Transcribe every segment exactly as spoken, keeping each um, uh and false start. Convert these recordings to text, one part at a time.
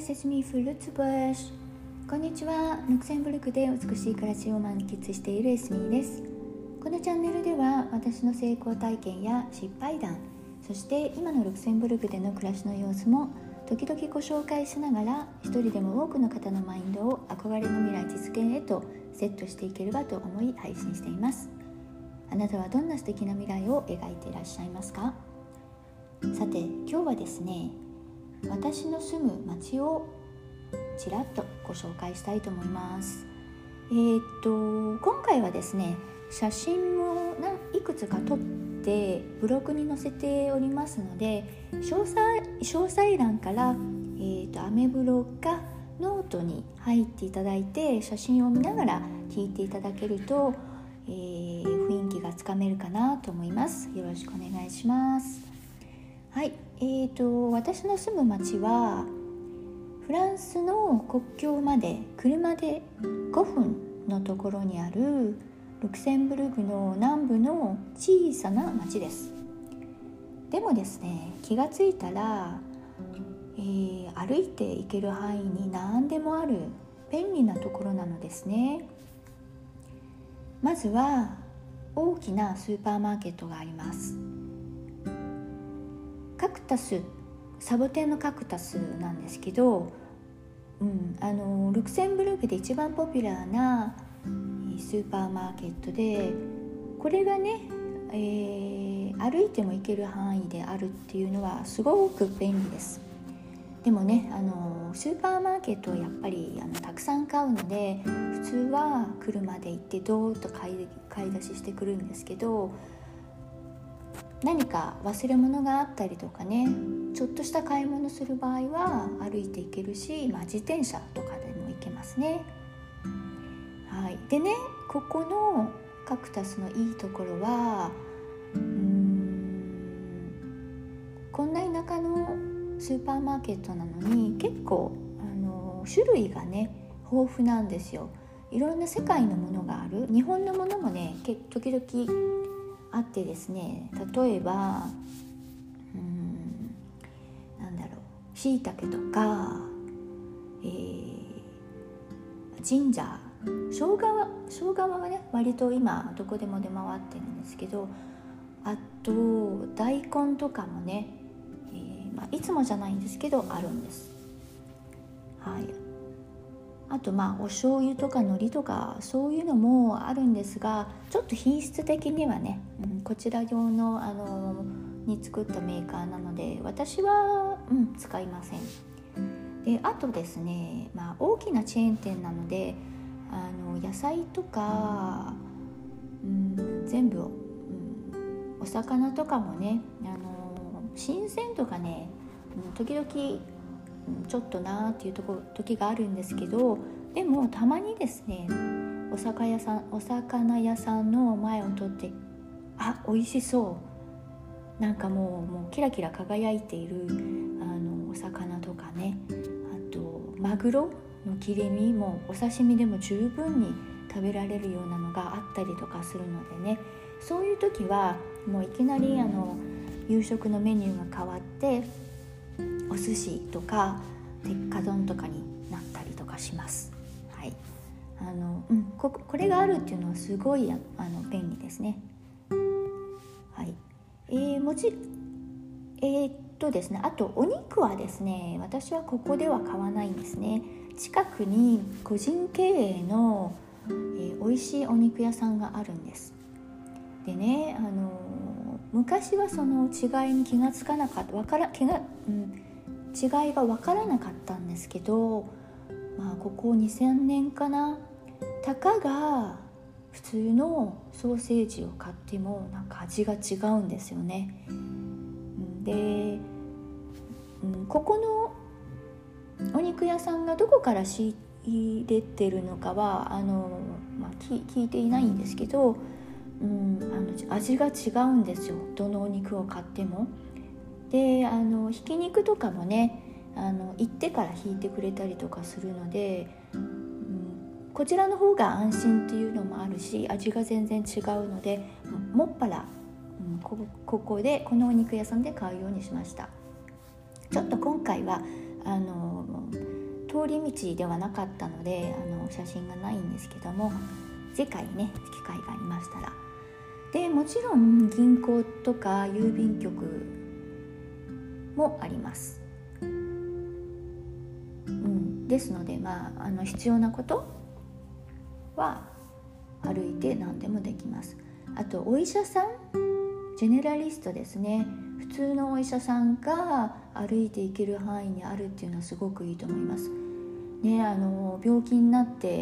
セスミフルーツブッシュ。こんにちは。ルクセンブルクで美しい暮らしを満喫しているエスミーです。このチャンネルでは私の成功体験や失敗談、そして今のルクセンブルクでの暮らしの様子も時々ご紹介しながら、一人でも多くの方のマインドを憧れの未来実現へとセットしていければと思い配信しています。あなたはどんな素敵な未来を描いていらっしゃいますか？さて、今日はですね、私の住む町をちらっとご紹介したいと思います。えー、っと今回はですね、写真をいくつか撮ってブログに載せておりますので、詳細、詳細欄から、えー、っとアメブロかノートに入っていただいて、写真を見ながら聞いていただけると、えー、雰囲気がつかめるかなと思います。よろしくお願いします。はい、えーと私の住む町はフランスの国境まで車でごふんのところにあるルクセンブルクの南部の小さな町です。でもですね、気がついたら、えー、歩いて行ける範囲に何でもある便利なところなのですね。まずは大きなスーパーマーケットがあります。カクタス、サボテンのカクタスなんですけど、うん、あのルクセンブルクで一番ポピュラーなスーパーマーケットで、これがね、えー、歩いても行ける範囲であるっていうのはすごく便利です。でもね、あのスーパーマーケットはやっぱりあのたくさん買うので、普通は車で行ってドーッと買い、買い出ししてくるんですけど、何か忘れ物があったりとかね、ちょっとした買い物する場合は歩いて行けるし、まあ、自転車とかでも行けますね。はい、でね、ここのカクタスのいいところは、うーんこんな田舎のスーパーマーケットなのに結構あの種類がね豊富なんですよ。いろんな世界のものがある。日本のものもね時々あってですね、例えばうーんなんだろう、しいたけとか、えー、ジンジャー、生姜は生姜はね割と今どこでも出回ってるんですけど、あと大根とかもね、えーまあ、いつもじゃないんですけどあるんです。はい。あとまあお醤油とか海苔とかそういうのもあるんですが、ちょっと品質的にはね、うん、こちら用のあのに作ったメーカーなので私は、うん、使いません。で、あとですね、まあ、大きなチェーン店なので、あの野菜とか、うん、全部、うん、お魚とかもね、あの新鮮とかね、うん、時々ちょっとなーっていうところ時があるんですけど、でもたまにですね、お魚屋さんお魚屋さんの前を通って、あ、美味しそう、なんかもう、もうキラキラ輝いているあのお魚とかね、あとマグロの切り身もお刺身でも十分に食べられるようなのがあったりとかするのでね、そういう時はもういきなりあの夕食のメニューが変わってお寿司とか鉄火丼とかになったりとかします。はい、あの、うん、こ, これがあるっていうのはすごいあの便利ですね。はい、えー、もちえー、っとですね、あとお肉はですね、私はここでは買わないんですね。近くに個人経営の、えー、美味しいお肉屋さんがあるんです。でね、あの昔はその違いに気がつかなかった、わから気が、うん、違いが分からなかったんですけど、まあ、ここにせんねんかな、たかが普通のソーセージを買ってもなんか味が違うんですよね。で、うん、ここのお肉屋さんがどこから仕入れてるのかはあの、まあ、聞いていないんですけど、うん、あの味が違うんですよ、どのお肉を買っても。で、あのひき肉とかもね、あの行ってからひいてくれたりとかするので、うん、こちらの方が安心っていうのもあるし、味が全然違うので、もっぱら、うん、こ, ここでこのお肉屋さんで買うようにしました。ちょっと今回はあの通り道ではなかったのであの写真がないんですけども、次回ね機会がありましたら。でもちろん銀行とか郵便局もあります、うん、ですので、まあ、あの必要なことは歩いて何でもできます。あとお医者さん、ジェネラリストですね、普通のお医者さんが歩いていける範囲にあるっていうのはすごくいいと思いますね。あの病気になって、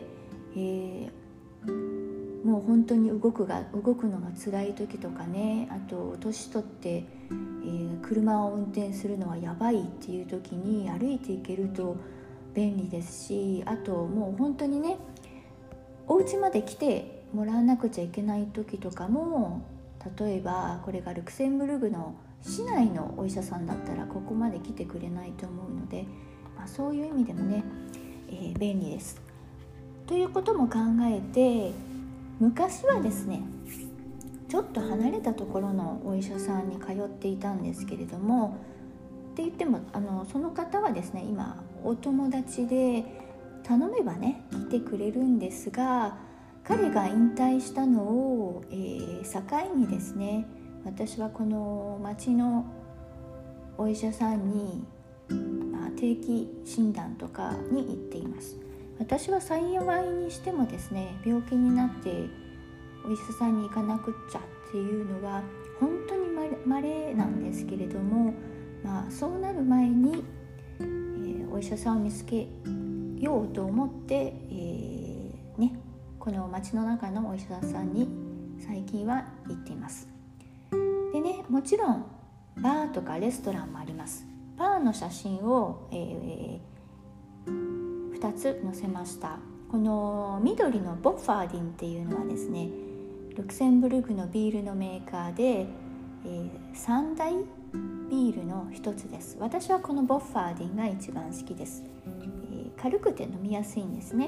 えーもう本当に動くが動くのが辛い時とかね、あと年取って、えー、車を運転するのはやばいっていう時に歩いていけると便利ですし、あともう本当にねお家まで来てもらわなくちゃいけない時とかも、例えばこれがルクセンブルクの市内のお医者さんだったらここまで来てくれないと思うので、まあ、そういう意味でもね、えー、便利ですということも考えて、昔はですねちょっと離れたところのお医者さんに通っていたんですけれども、って言ってもあのその方はですね今お友達で頼めばね来てくれるんですが、彼が引退したのを、えー、境にですね、私はこの町のお医者さんに、まあ、定期診断とかに行っています。私は幸いにしてもですね、病気になってお医者さんに行かなくっちゃっていうのは本当にまれなんですけれども、まあ、そうなる前に、えー、お医者さんを見つけようと思って、えーね、この町の中のお医者さんに最近は行っています。でね、もちろんバーとかレストランもあります。バーの写真を、えーふたつ載せました。この緑のボッファーディンっていうのはですね、ルクセンブルクのビールのメーカーで、えー、三大ビールの一つです。私はこのボッファーディンが一番好きです、えー、軽くて飲みやすいんですね。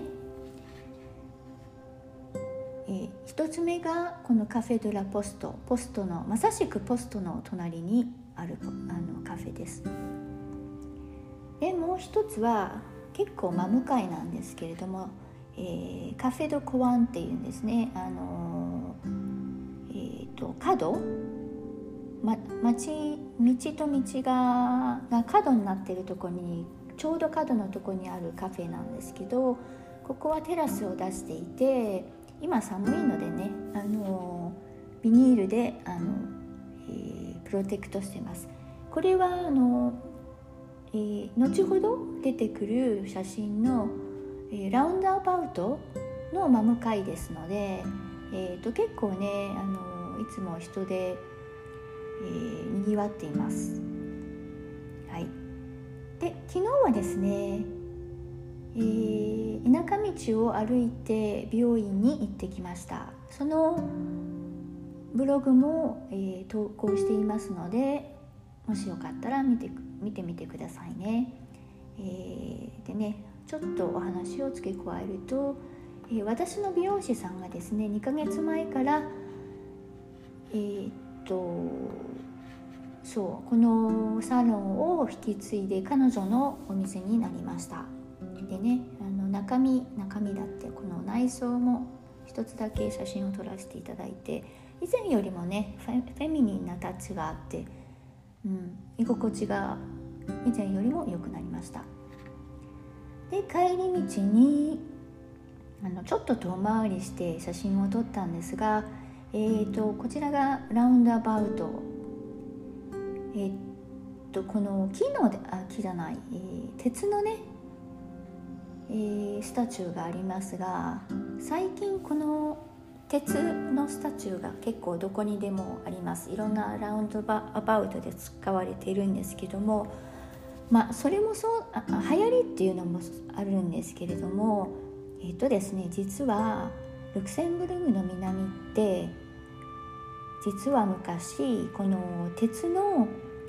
えー、一つ目がこのカフェドラポスト、ポストのまさしくポストの隣にあるあのカフェです。でもう一つは結構真向かいなんですけれども、えー、カフェドコワンっていうんですね。あのー、えーと角、ま、町道と道がが角になっているところに、ちょうど角のところにあるカフェなんですけど、ここはテラスを出していて、今寒いのでね、あのー、ビニールであの、えー、プロテクトしています。これはあのーえー、後ほど出てくる写真の、えー、ラウンドアバウトの真向かいですので、えー、と結構ね、あのいつも人で、えー、にぎわっています。はい。で、昨日はですね、えー、田舎道を歩いて美容院に行ってきました。そのブログも、えー、投稿していますので、もしよかったら見て見てみてくださいね。えー、でね、ちょっとお話を付け加えると、えー、私の美容師さんがですねにかげつまえからえー、っとそうこのサロンを引き継いで彼女のお店になりました。でね、あの中身中身だってこの内装も一つだけ写真を撮らせていただいて、以前よりもねフェ、フェミニンなタッチがあって、うん、居心地が以前よりも良くなりました。で、帰り道にあのちょっと遠回りして写真を撮ったんですが、えー、とこちらがラウンドアバウト、えー、とこの木のあ木じゃない、えー、鉄のね、えー、スタチューがありますが、最近この鉄のスタチューが結構どこにでもあります。いろんなラウンドアバウトで使われているんですけども、まあそれもそうあ流行りっていうのもあるんですけれども、えっとですね実はルクセンブルクの南って実は昔この鉄の、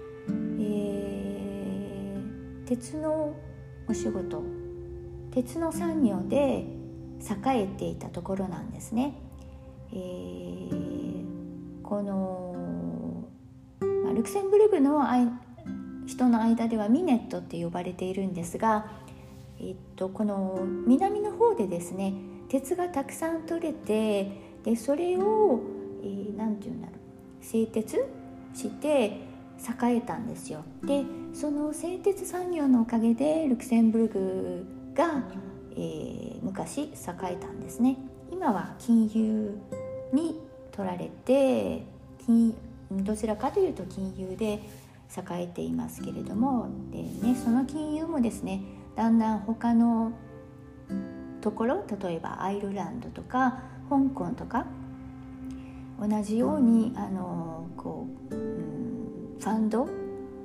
えー、鉄のお仕事、鉄の産業で栄えていたところなんですね。えー、この、まあ、ルクセンブルクの人の間ではミネットって呼ばれているんですが、 えっと、この南の方でですね鉄がたくさん取れて、でそれを、えー、なんていうんだろう製鉄して栄えたんですよ。でその製鉄産業のおかげでルクセンブルクが、えー、昔栄えたんですね。今は金融に取られて金どちらかというと金融で栄えていますけれども、で、ね、その金融もですねだんだん他のところ、例えばアイルランドとか香港とか同じようにあのこう、うん、ファンド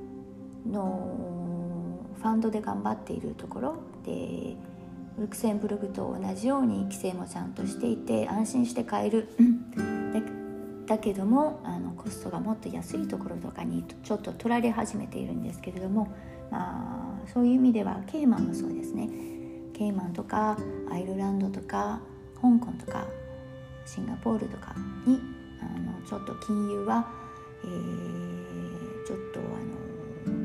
のファンドで頑張っているところで、ルクセンブルクと同じように規制もちゃんとしていて安心して買えるだ, だけどもあのコストがもっと安いところとかにちょっと取られ始めているんですけれども、まあ、そういう意味ではケイマンもそうですね。ケイマンとかアイルランドとか香港とかシンガポールとかにあのちょっと金融は、えー、ちょっとあの、うん、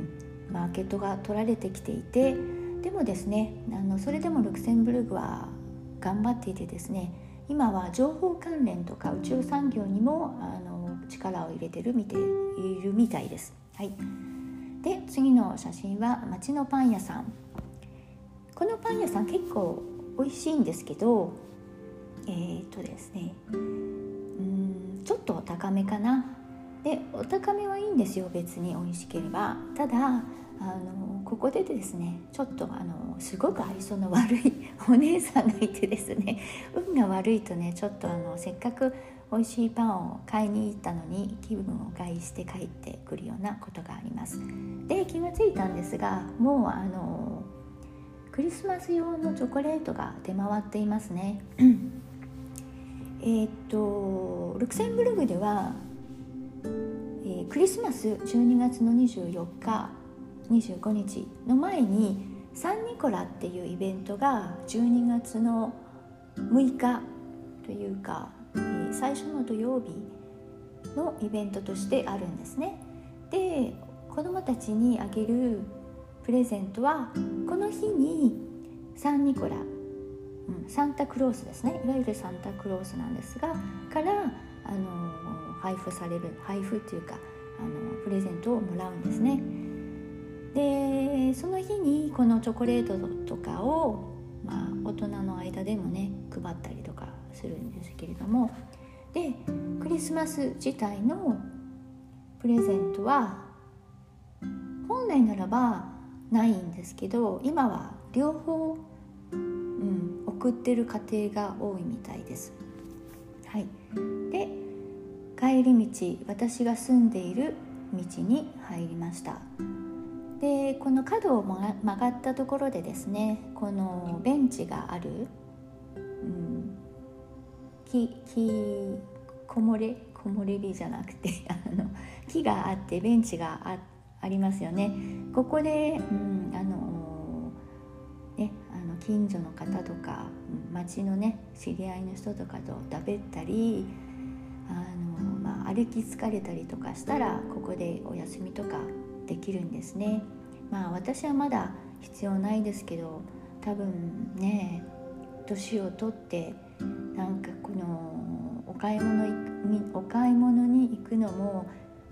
マーケットが取られてきていて、でもですねあのそれでもルクセンブルクは頑張っていてですね、今は情報関連とか宇宙産業にもあの力を入れてる見ているみたいです。はい、で次の写真は町のパン屋さん。このパン屋さん結構美味しいんですけど、えーとですねうーんちょっとお高めかな。でお高めはいいんですよ、別に美味しければ。ただあのここでですねちょっとあのすごく愛想の悪いお姉さんがいてですね、運が悪いとねちょっとあのせっかく美味しいパンを買いに行ったのに気分を害して帰ってくるようなことがあります。で気がついたんですが、もうあのクリスマス用のチョコレートが出回っていますねえっとルクセンブルクでは、えー、クリスマスじゅうにがつのにじゅうよっかにじゅうごにちの前にサンニコラっていうイベントがじゅうにがつのむいかというか、えー、最初の土曜日のイベントとしてあるんですね。で子どもたちにあげるプレゼントはこの日にサンニコラ、うん、サンタクロースですね、いわゆるサンタクロースなんですがからあの配布される配布っていうかあのプレゼントをもらうんですね。でその日にこのチョコレートとかを、まあ、大人の間でもね配ったりとかするんですけれども、でクリスマス自体のプレゼントは本来ならばないんですけど、今は両方、うん、送ってる家庭が多いみたいです。はい、で帰り道、私が住んでいる道に入りました。でこの角を曲がったところでですね、このベンチがある、うん、木木木漏れ木漏れ日じゃなくてあの木があってベンチが あ, ありますよね。ここで、うんあのね、あの近所の方とか町のね知り合いの人とかとだべったりあの、まあ、歩き疲れたりとかしたらここでお休みとかできるんですね。まあ私はまだ必要ないですけど、多分ね年を取ってなんかこのお買い物にお買い物に行くのも、うん、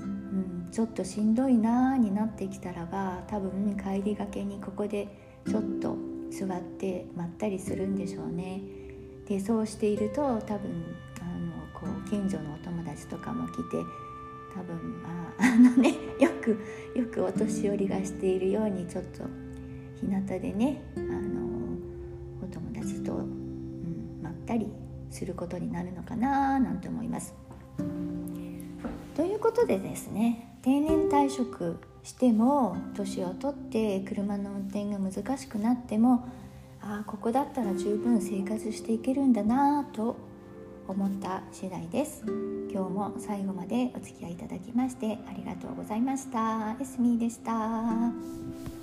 ちょっとしんどいなになってきたらば、多分帰りがけにここでちょっと座ってまったりするんでしょうね。でそうしていると多分あのこう近所のお友達とかも来て、多分ああのねよくよくお年寄りがしているようにちょっと日向でねあのお友達と、うん、まったりすることになるのかななんて思います。ということでですね、定年退職しても年を取って車の運転が難しくなっても、ああここだったら十分生活していけるんだなと思った次第です。今日も最後までお付き合いいただきましてありがとうございました。エスミーでした。